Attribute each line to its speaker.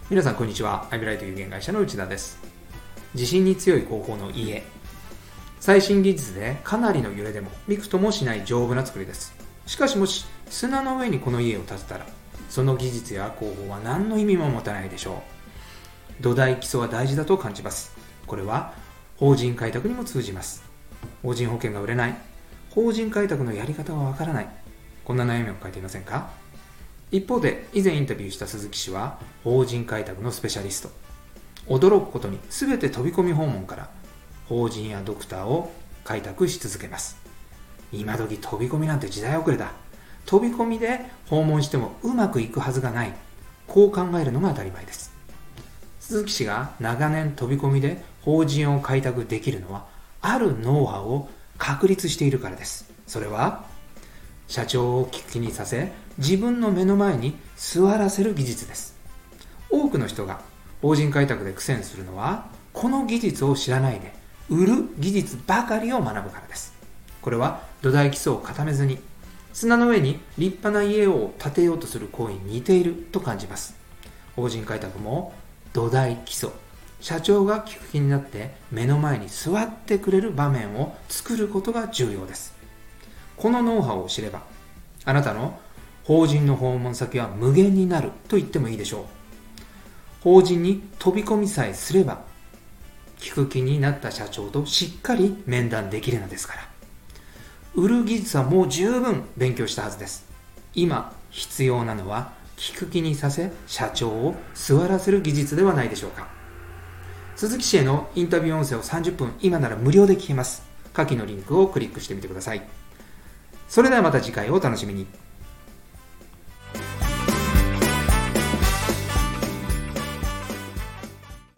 Speaker 1: 皆さんこんにちは。アイブライト有限会社の内田です。地震に強い工法の家、最新技術でかなりの揺れでもびくともしない丈夫な作りです。しかしもし砂の上にこの家を建てたら、その技術や工法は何の意味も持たないでしょう。土台基礎は大事だと感じます。これは法人開拓にも通じます。法人保険が売れない、法人開拓のやり方はわからない、こんな悩みを抱えていませんか？一方で以前インタビューした鈴木氏は法人開拓のスペシャリスト。驚くことに全て飛び込み訪問から法人やドクターを開拓し続けます。今時飛び込みなんて時代遅れだ、飛び込みで訪問してもうまくいくはずがない、こう考えるのが当たり前です。鈴木氏が長年飛び込みで法人を開拓できるのはあるノウハウを確立しているからです。それは社長を聞く気にさせ、自分の目の前に座らせる技術です。多くの人が法人開拓で苦戦するのは、この技術を知らないで売る技術ばかりを学ぶからです。これは土台基礎を固めずに砂の上に立派な家を建てようとする行為に似ていると感じます。法人開拓も土台基礎、社長が聞く気になって目の前に座ってくれる場面を作ることが重要です。このノウハウを知れば、あなたの法人の訪問先は無限になると言ってもいいでしょう。法人に飛び込みさえすれば、聞く気になった社長としっかり面談できるのですから。売る技術はもう十分勉強したはずです。今必要なのは聞く気にさせ、社長を座らせる技術ではないでしょうか。鈴木氏へのインタビュー音声を30分今なら無料で聞けます。下記のリンクをクリックしてみてください。それではまた次回をお楽しみに。